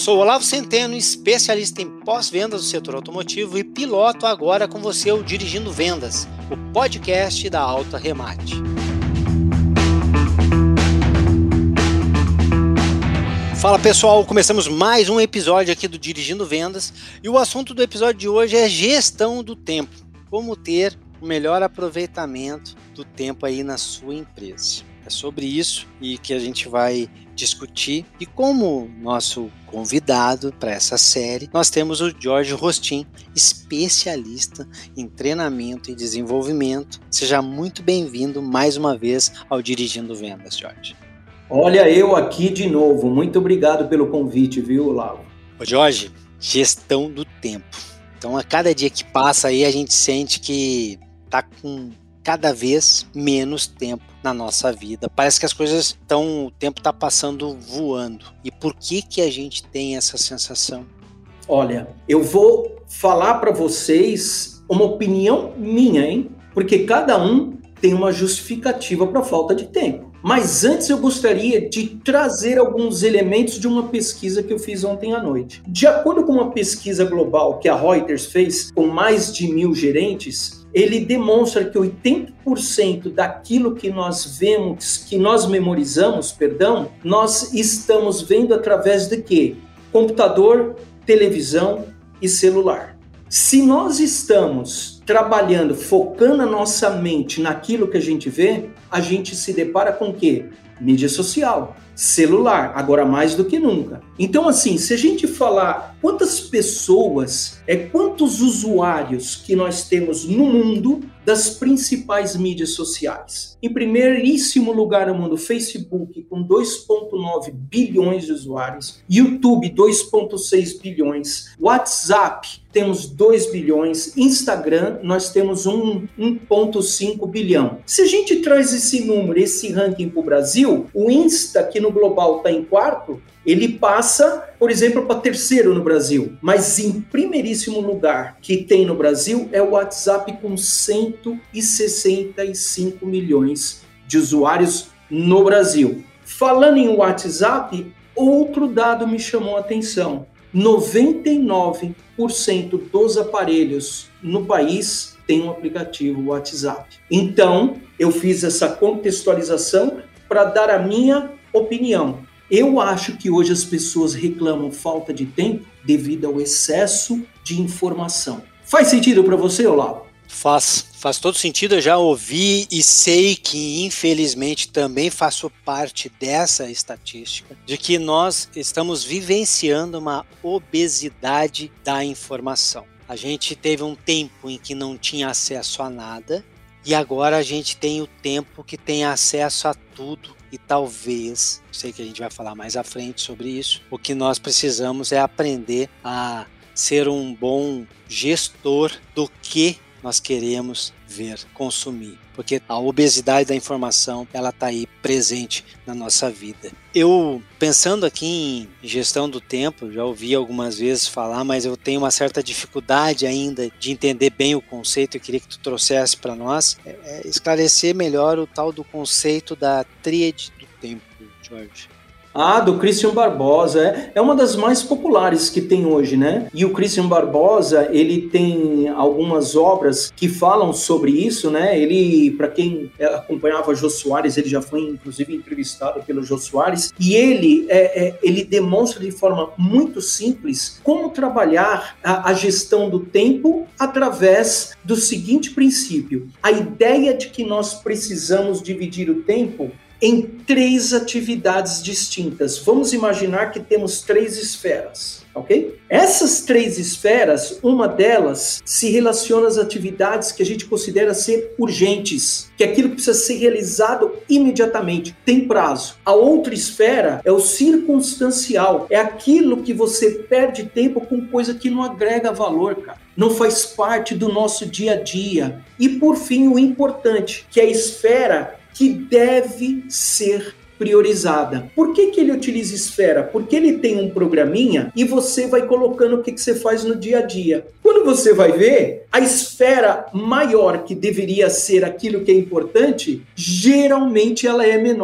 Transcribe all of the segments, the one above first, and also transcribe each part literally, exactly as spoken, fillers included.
sou Olavo Centeno, especialista em pós-vendas do setor automotivo e piloto agora com você o Dirigindo Vendas, o podcast da Alta Remate. Fala pessoal, começamos mais um episódio aqui do Dirigindo Vendas e o assunto do episódio de hoje é gestão do tempo. Como ter o melhor aproveitamento do tempo aí na sua empresa. É sobre isso e que a gente vai discutir. E como nosso convidado para essa série, nós temos o Jorge Rostin, especialista em treinamento e desenvolvimento. Seja muito bem-vindo mais uma vez ao Dirigindo Vendas, Jorge. Olha, eu aqui de novo. Muito obrigado pelo convite, viu, Olavo? Ô Jorge, gestão do tempo. Então, a cada dia que passa aí, a gente sente que tá com cada vez menos tempo na nossa vida. Parece que as coisas estão, o tempo está passando voando. E por que que a gente tem essa sensação? Olha, eu vou falar para vocês uma opinião minha, hein? Porque cada um tem uma justificativa para a falta de tempo. Mas antes eu gostaria de trazer alguns elementos de uma pesquisa que eu fiz ontem à noite. De acordo com uma pesquisa global que a Reuters fez com mais de mil gerentes, ele demonstra que oitenta por cento daquilo que nós vemos, que nós memorizamos, perdão, nós estamos vendo através de quê? Computador, televisão e celular. Se nós estamos trabalhando, focando a nossa mente naquilo que a gente vê, a gente se depara com o quê? Mídia social, celular, agora mais do que nunca. Então, assim, se a gente falar quantas pessoas, é, quantos usuários que nós temos no mundo das principais mídias sociais. Em primeiríssimo lugar no mundo, Facebook com dois vírgula nove bilhões de usuários, YouTube dois vírgula seis bilhões, WhatsApp temos dois bilhões, Instagram nós temos um vírgula cinco bilhão. Se a gente traz esse número, esse ranking para o Brasil, o Insta, que no global está em quarto, ele passa, por exemplo, para terceiro no Brasil. Mas em primeiríssimo lugar que tem no Brasil é o WhatsApp com cento e sessenta e cinco milhões de usuários no Brasil. Falando em WhatsApp, outro dado me chamou a atenção. noventa e nove por cento dos aparelhos no país tem um aplicativo WhatsApp. Então, eu fiz essa contextualização para dar a minha opinião. Eu acho que hoje as pessoas reclamam falta de tempo devido ao excesso de informação. Faz sentido para você, Olavo? Faz, faz todo sentido. Eu já ouvi e sei que, infelizmente, também faço parte dessa estatística de que nós estamos vivenciando uma obesidade da informação. A gente teve um tempo em que não tinha acesso a nada e agora a gente tem o tempo que tem acesso a tudo. E talvez, sei que a gente vai falar mais à frente sobre isso, o que nós precisamos é aprender a ser um bom gestor do que nós queremos ver, consumir. Porque a obesidade da informação, ela está aí presente na nossa vida. Eu, pensando aqui em gestão do tempo, já ouvi algumas vezes falar, mas eu tenho uma certa dificuldade ainda de entender bem o conceito. Eu queria que tu trouxesse para nós, é, é esclarecer melhor o tal do conceito da tríade do tempo, Jorge. Ah, do Christian Barbosa, é, é uma das mais populares que tem hoje, né? E o Christian Barbosa, ele tem algumas obras que falam sobre isso, né? Ele, para quem acompanhava Jô Soares, ele já foi inclusive entrevistado pelo Jô Soares, e ele, é, é, ele demonstra de forma muito simples como trabalhar a, a gestão do tempo através do seguinte princípio: a ideia de que nós precisamos dividir o tempo em três atividades distintas. Vamos imaginar que temos três esferas, ok? Essas três esferas, uma delas se relaciona às atividades que a gente considera ser urgentes, que é aquilo que precisa ser realizado imediatamente, tem prazo. A outra esfera é o circunstancial, é aquilo que você perde tempo com coisa que não agrega valor, cara. Não faz parte do nosso dia a dia. E por fim, o importante, que é a esfera que deve ser priorizada. Por que que ele utiliza esfera? Porque ele tem um programinha e você vai colocando o que que você faz no dia a dia. Quando você vai ver, a esfera maior, que deveria ser aquilo que é importante, geralmente ela é menor.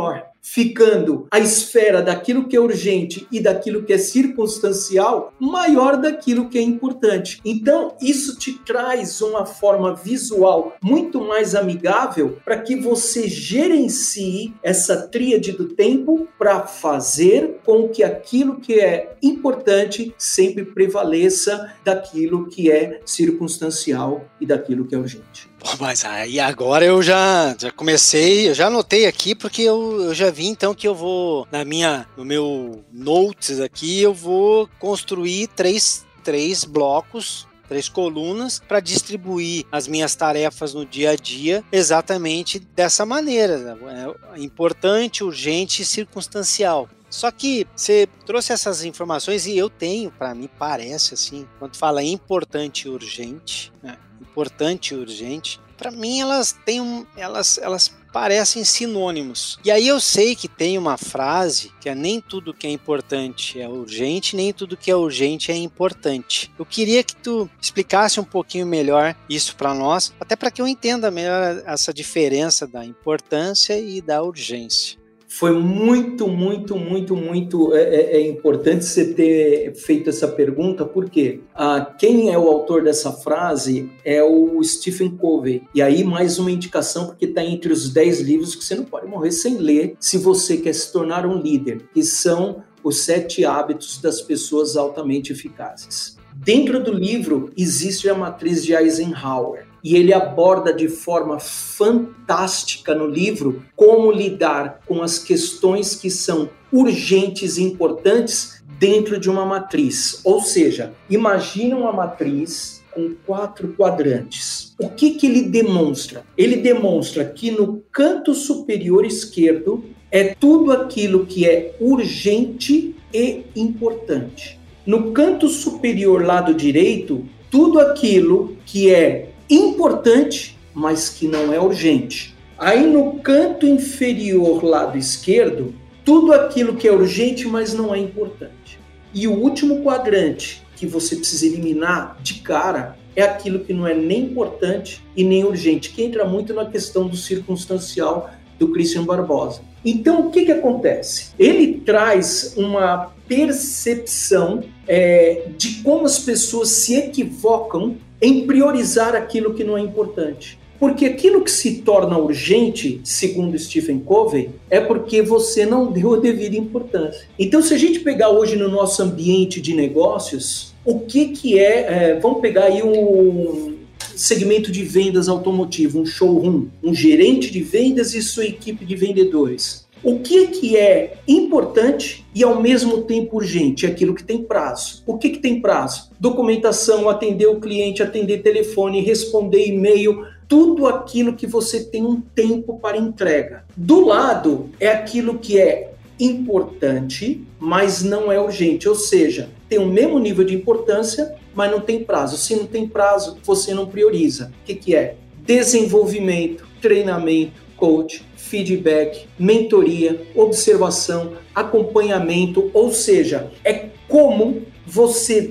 ficando a esfera daquilo que é urgente e daquilo que é circunstancial maior daquilo que é importante. Então, isso te traz uma forma visual muito mais amigável para que você gerencie essa tríade do tempo para fazer com que aquilo que é importante sempre prevaleça daquilo que é circunstancial e daquilo que é urgente. Mas aí agora eu já, já comecei, eu já anotei aqui porque eu, eu já vi então que eu vou, na minha, no meu notes aqui, eu vou construir três, três blocos, três colunas para distribuir as minhas tarefas no dia a dia exatamente dessa maneira, é importante, urgente e circunstancial. Só que você trouxe essas informações e eu tenho, para mim parece assim, quando fala importante e urgente, né? Importante e urgente, para mim elas têm um, elas, elas parecem sinônimos. E aí eu sei que tem uma frase que é nem tudo que é importante é urgente, nem tudo que é urgente é importante. Eu queria que tu explicasse um pouquinho melhor isso para nós, até para que eu entenda melhor essa diferença da importância e da urgência. Foi muito, muito, muito, muito é, é importante você ter feito essa pergunta, porque ah, quem é o autor dessa frase é o Stephen Covey. E aí mais uma indicação, porque está entre os dez livros que você não pode morrer sem ler se você quer se tornar um líder, que são os sete hábitos das pessoas altamente eficazes. Dentro do livro existe a matriz de Eisenhower. E ele aborda de forma fantástica no livro como lidar com as questões que são urgentes e importantes dentro de uma matriz. Ou seja, imagina uma matriz com quatro quadrantes. O que que ele demonstra? Ele demonstra que no canto superior esquerdo é tudo aquilo que é urgente e importante. No canto superior lado direito, tudo aquilo que é importante, mas que não é urgente. Aí no canto inferior lado esquerdo, tudo aquilo que é urgente, mas não é importante. E o último quadrante que você precisa eliminar de cara é aquilo que não é nem importante e nem urgente, que entra muito na questão do circunstancial do Christian Barbosa. Então, o que que acontece? Ele traz uma percepção é, de como as pessoas se equivocam em priorizar aquilo que não é importante. Porque aquilo que se torna urgente, segundo Stephen Covey, é porque você não deu a devida importância. Então, se a gente pegar hoje no nosso ambiente de negócios, o que que é... é vamos pegar aí um segmento de vendas automotivo, um showroom, um gerente de vendas e sua equipe de vendedores. O que que é importante e ao mesmo tempo urgente? É aquilo que tem prazo. O que que tem prazo? Documentação, atender o cliente, atender telefone, responder e-mail, tudo aquilo que você tem um tempo para entrega. Do lado é aquilo que é importante, mas não é urgente, ou seja, tem o mesmo nível de importância, mas não tem prazo. Se não tem prazo, você não prioriza. O que que é? Desenvolvimento, treinamento, coach, feedback, mentoria, observação, acompanhamento, ou seja, é como você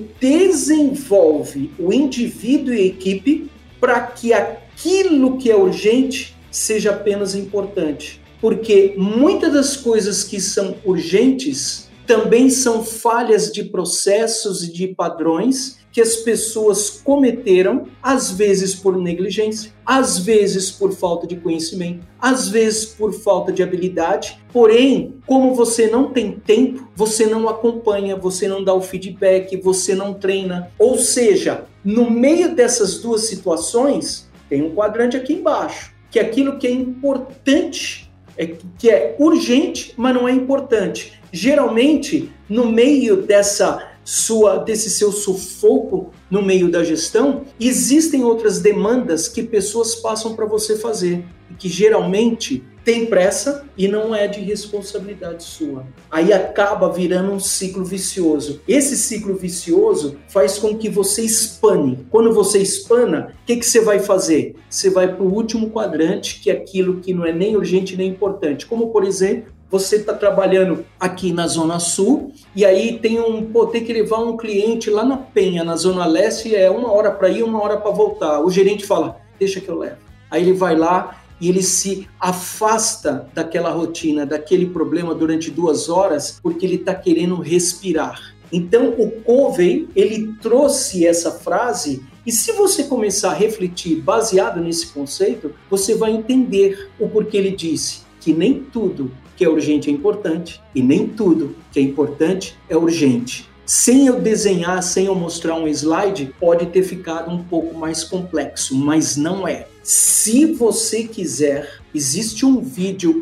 desenvolve o indivíduo e a equipe para que aquilo que é urgente seja apenas importante. Porque muitas das coisas que são urgentes também são falhas de processos e de padrões que as pessoas cometeram, às vezes por negligência, às vezes por falta de conhecimento, às vezes por falta de habilidade. Porém, como você não tem tempo, você não acompanha, você não dá o feedback, você não treina. Ou seja, no meio dessas duas situações, tem um quadrante aqui embaixo, que é aquilo que é importante, é, que é urgente, mas não é importante. Geralmente, no meio dessa sua, desse seu sufoco no meio da gestão, existem outras demandas que pessoas passam para você fazer, e que geralmente tem pressa e não é de responsabilidade sua. Aí acaba virando um ciclo vicioso. Esse ciclo vicioso faz com que você espane. Quando você espana, o que, que você vai fazer? Você vai para o último quadrante, que é aquilo que não é nem urgente nem importante. Como, por exemplo, você está trabalhando aqui na Zona Sul e aí tem, um, pô, tem que levar um cliente lá na Penha, na Zona Leste, é uma hora para ir, uma hora para voltar. O gerente fala, deixa que eu levo. Aí ele vai lá e ele se afasta daquela rotina, daquele problema durante duas horas, porque ele está querendo respirar. Então, o Covey, ele trouxe essa frase, e se você começar a refletir baseado nesse conceito, você vai entender o porquê ele disse que nem tudo que é urgente é importante, e nem tudo que é importante é urgente. Sem eu desenhar, sem eu mostrar um slide, pode ter ficado um pouco mais complexo, mas não é. Se você quiser, existe um vídeo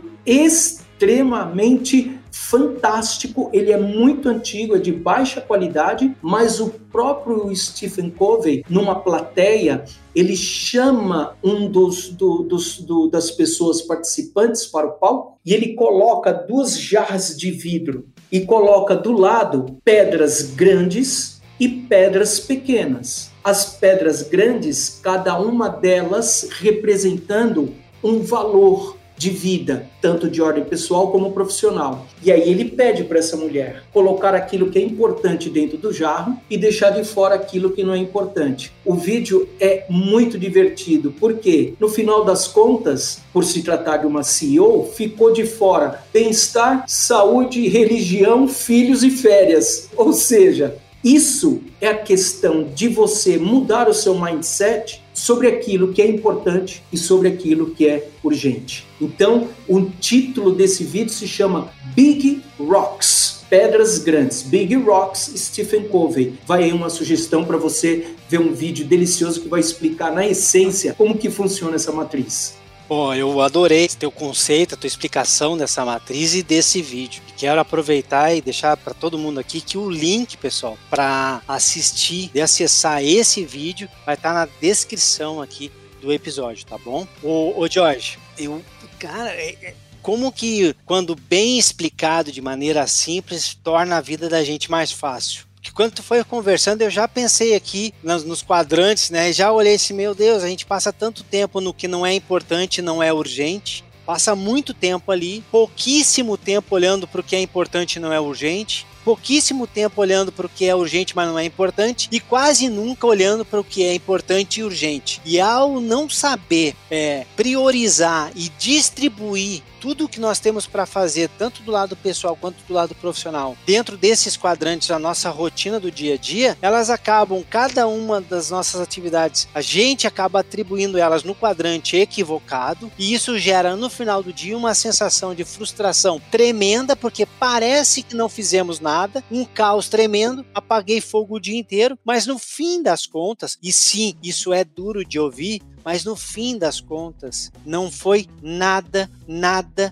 extremamente fantástico, ele é muito antigo, é de baixa qualidade, mas o próprio Stephen Covey, numa plateia, ele chama um dos, do, dos do, das pessoas participantes para o palco e ele coloca duas jarras de vidro e coloca do lado pedras grandes e pedras pequenas. As pedras grandes, cada uma delas representando um valor de vida, tanto de ordem pessoal como profissional. E aí ele pede para essa mulher colocar aquilo que é importante dentro do jarro e deixar de fora aquilo que não é importante. O vídeo é muito divertido, porque no final das contas, por se tratar de uma C E O, ficou de fora bem-estar, saúde, religião, filhos e férias. Ou seja, isso é a questão de você mudar o seu mindset sobre aquilo que é importante e sobre aquilo que é urgente. Então, o título desse vídeo se chama Big Rocks, Pedras Grandes. Big Rocks, Stephen Covey. Vai aí uma sugestão para você ver um vídeo delicioso que vai explicar na essência como que funciona essa matriz. Bom, eu adorei teu conceito, a tua explicação dessa matriz e desse vídeo. Quero aproveitar e deixar para todo mundo aqui que o link, pessoal, para assistir e acessar esse vídeo vai estar na descrição aqui do episódio, tá bom? Ô, ô Jorge, eu, cara, é, como que quando bem explicado de maneira simples torna a vida da gente mais fácil? Que quando tu foi conversando, eu já pensei aqui nos, nos quadrantes, né? Já olhei assim, meu Deus, a gente passa tanto tempo no que não é importante, não é urgente. Passa muito tempo ali, pouquíssimo tempo olhando para o que é importante e não é urgente. Pouquíssimo tempo olhando para o que é urgente, mas não é importante, e quase nunca olhando para o que é importante e urgente. E ao não saber é, priorizar e distribuir tudo o que nós temos para fazer, tanto do lado pessoal quanto do lado profissional, dentro desses quadrantes da nossa rotina do dia a dia, elas acabam, cada uma das nossas atividades, a gente acaba atribuindo elas no quadrante equivocado, e isso gera no final do dia uma sensação de frustração tremenda, porque parece que não fizemos nada, um caos tremendo, apaguei fogo o dia inteiro, mas no fim das contas, e sim, isso é duro de ouvir, mas no fim das contas, não foi nada, nada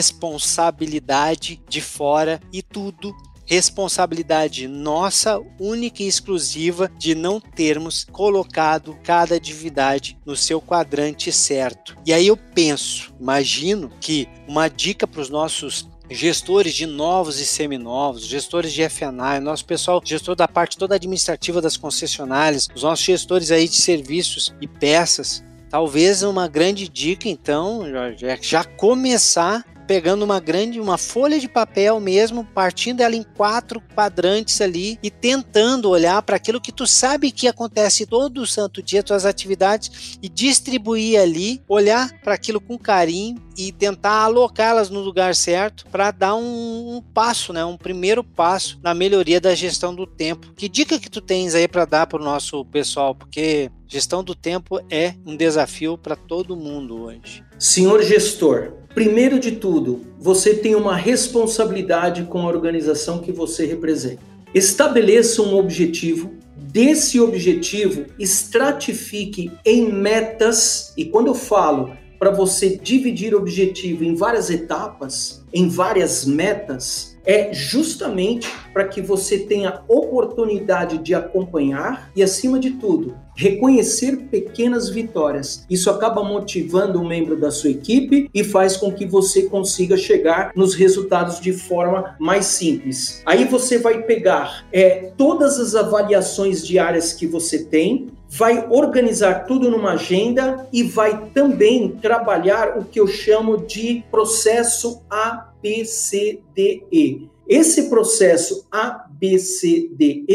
responsabilidade de fora e tudo responsabilidade nossa, única e exclusiva, de não termos colocado cada atividade no seu quadrante certo. E aí eu penso, imagino que uma dica para os nossos gestores de novos e seminovos, gestores de F and I, nosso pessoal, gestor da parte toda administrativa das concessionárias, os nossos gestores aí de serviços e peças, talvez uma grande dica então, Jorge, é já começar pegando uma grande, uma folha de papel mesmo, partindo ela em quatro quadrantes ali e tentando olhar para aquilo que tu sabe que acontece todo o santo dia, tuas atividades, e distribuir ali, olhar para aquilo com carinho e tentar alocá-las no lugar certo para dar um, um passo, né, um primeiro passo na melhoria da gestão do tempo. Que dica que tu tens aí para dar para o nosso pessoal? Porque gestão do tempo é um desafio para todo mundo hoje. Senhor gestor, primeiro de tudo, você tem uma responsabilidade com a organização que você representa. Estabeleça um objetivo. Desse objetivo, estratifique em metas. E quando eu falo para você dividir o objetivo em várias etapas, em várias metas, é justamente para que você tenha oportunidade de acompanhar e, acima de tudo, reconhecer pequenas vitórias. Isso acaba motivando um membro da sua equipe e faz com que você consiga chegar nos resultados de forma mais simples. Aí você vai pegar é, todas as avaliações diárias que você tem, vai organizar tudo numa agenda e vai também trabalhar o que eu chamo de processo A B C D E. Esse processo A B C D E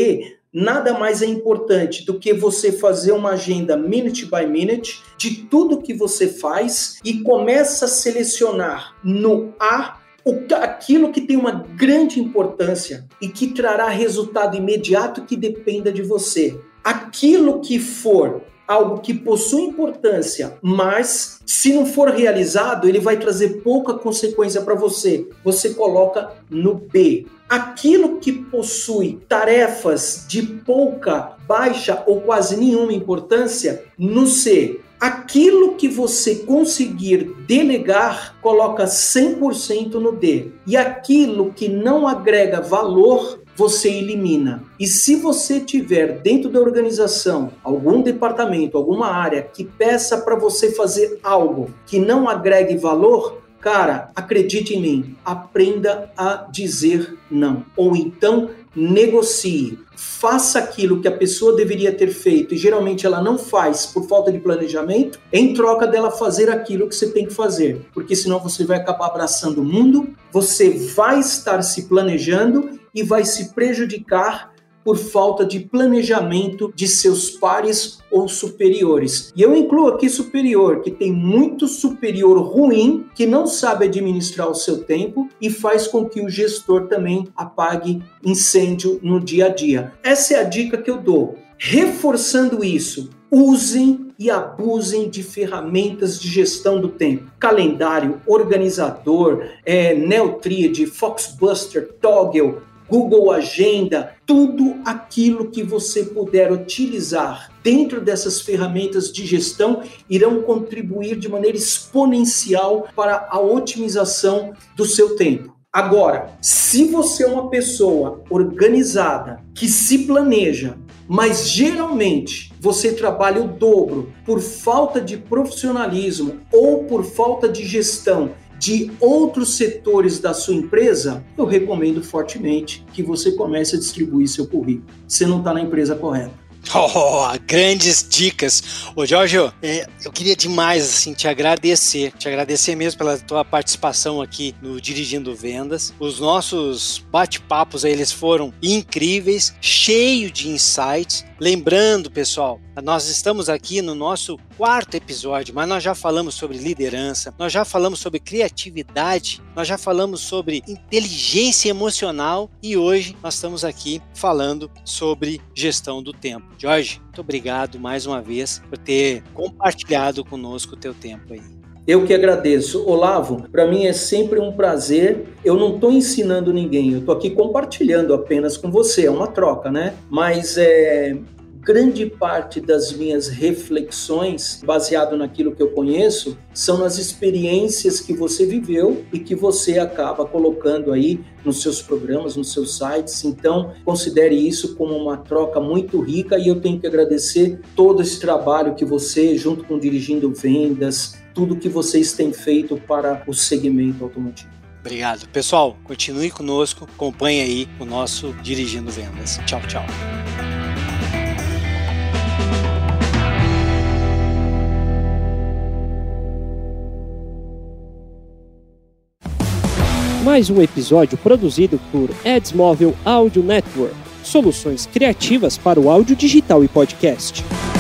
nada mais é importante do que você fazer uma agenda minute by minute de tudo que você faz e começa a selecionar no A aquilo que tem uma grande importância e que trará resultado imediato que dependa de você. Aquilo que for algo que possui importância, mas se não for realizado, ele vai trazer pouca consequência para você. Você coloca no B. Aquilo que possui tarefas de pouca, baixa ou quase nenhuma importância, no C. Aquilo que você conseguir delegar, coloca cem por cento no D. E aquilo que não agrega valor, você elimina. E se você tiver dentro da organização algum departamento, alguma área que peça para você fazer algo que não agregue valor, cara, acredite em mim, aprenda a dizer não. Ou então, negocie. Faça aquilo que a pessoa deveria ter feito e geralmente ela não faz por falta de planejamento, em troca dela fazer aquilo que você tem que fazer. Porque senão você vai acabar abraçando o mundo, você vai estar se planejando e vai se prejudicar por falta de planejamento de seus pares ou superiores. E eu incluo aqui superior, que tem muito superior ruim, que não sabe administrar o seu tempo e faz com que o gestor também apague incêndio no dia a dia. Essa é a dica que eu dou. Reforçando isso, usem e abusem de ferramentas de gestão do tempo. Calendário, organizador, é, Neotriad, Foxbuster, Toggle, Google Agenda, tudo aquilo que você puder utilizar dentro dessas ferramentas de gestão irão contribuir de maneira exponencial para a otimização do seu tempo. Agora, se você é uma pessoa organizada, que se planeja, mas geralmente você trabalha o dobro por falta de profissionalismo ou por falta de gestão de outros setores da sua empresa, eu recomendo fortemente que você comece a distribuir seu currículo. Você não está na empresa correta. Oh, grandes dicas. Ô Jorge, é, eu queria demais assim, te agradecer, te agradecer mesmo pela tua participação aqui no Dirigindo Vendas. Os nossos bate-papos aí, eles foram incríveis, cheios de insights. Lembrando, pessoal, nós estamos aqui no nosso quarto episódio, mas nós já falamos sobre liderança, nós já falamos sobre criatividade, nós já falamos sobre inteligência emocional e hoje nós estamos aqui falando sobre gestão do tempo. Jorge, muito obrigado mais uma vez por ter compartilhado conosco o teu tempo aí. Eu que agradeço. Olavo, para mim é sempre um prazer. Eu não estou ensinando ninguém, eu estou aqui compartilhando apenas com você, é uma troca, né? Mas é... grande parte das minhas reflexões, baseado naquilo que eu conheço, são nas experiências que você viveu e que você acaba colocando aí nos seus programas, nos seus sites. Então, considere isso como uma troca muito rica e eu tenho que agradecer todo esse trabalho que você, junto com Dirigindo Vendas, tudo que vocês têm feito para o segmento automotivo. Obrigado. Pessoal, continue conosco, acompanhe aí o nosso Dirigindo Vendas. Tchau, tchau. Mais um episódio produzido por Adsmóvel Audio Network, soluções criativas para o áudio digital e podcast.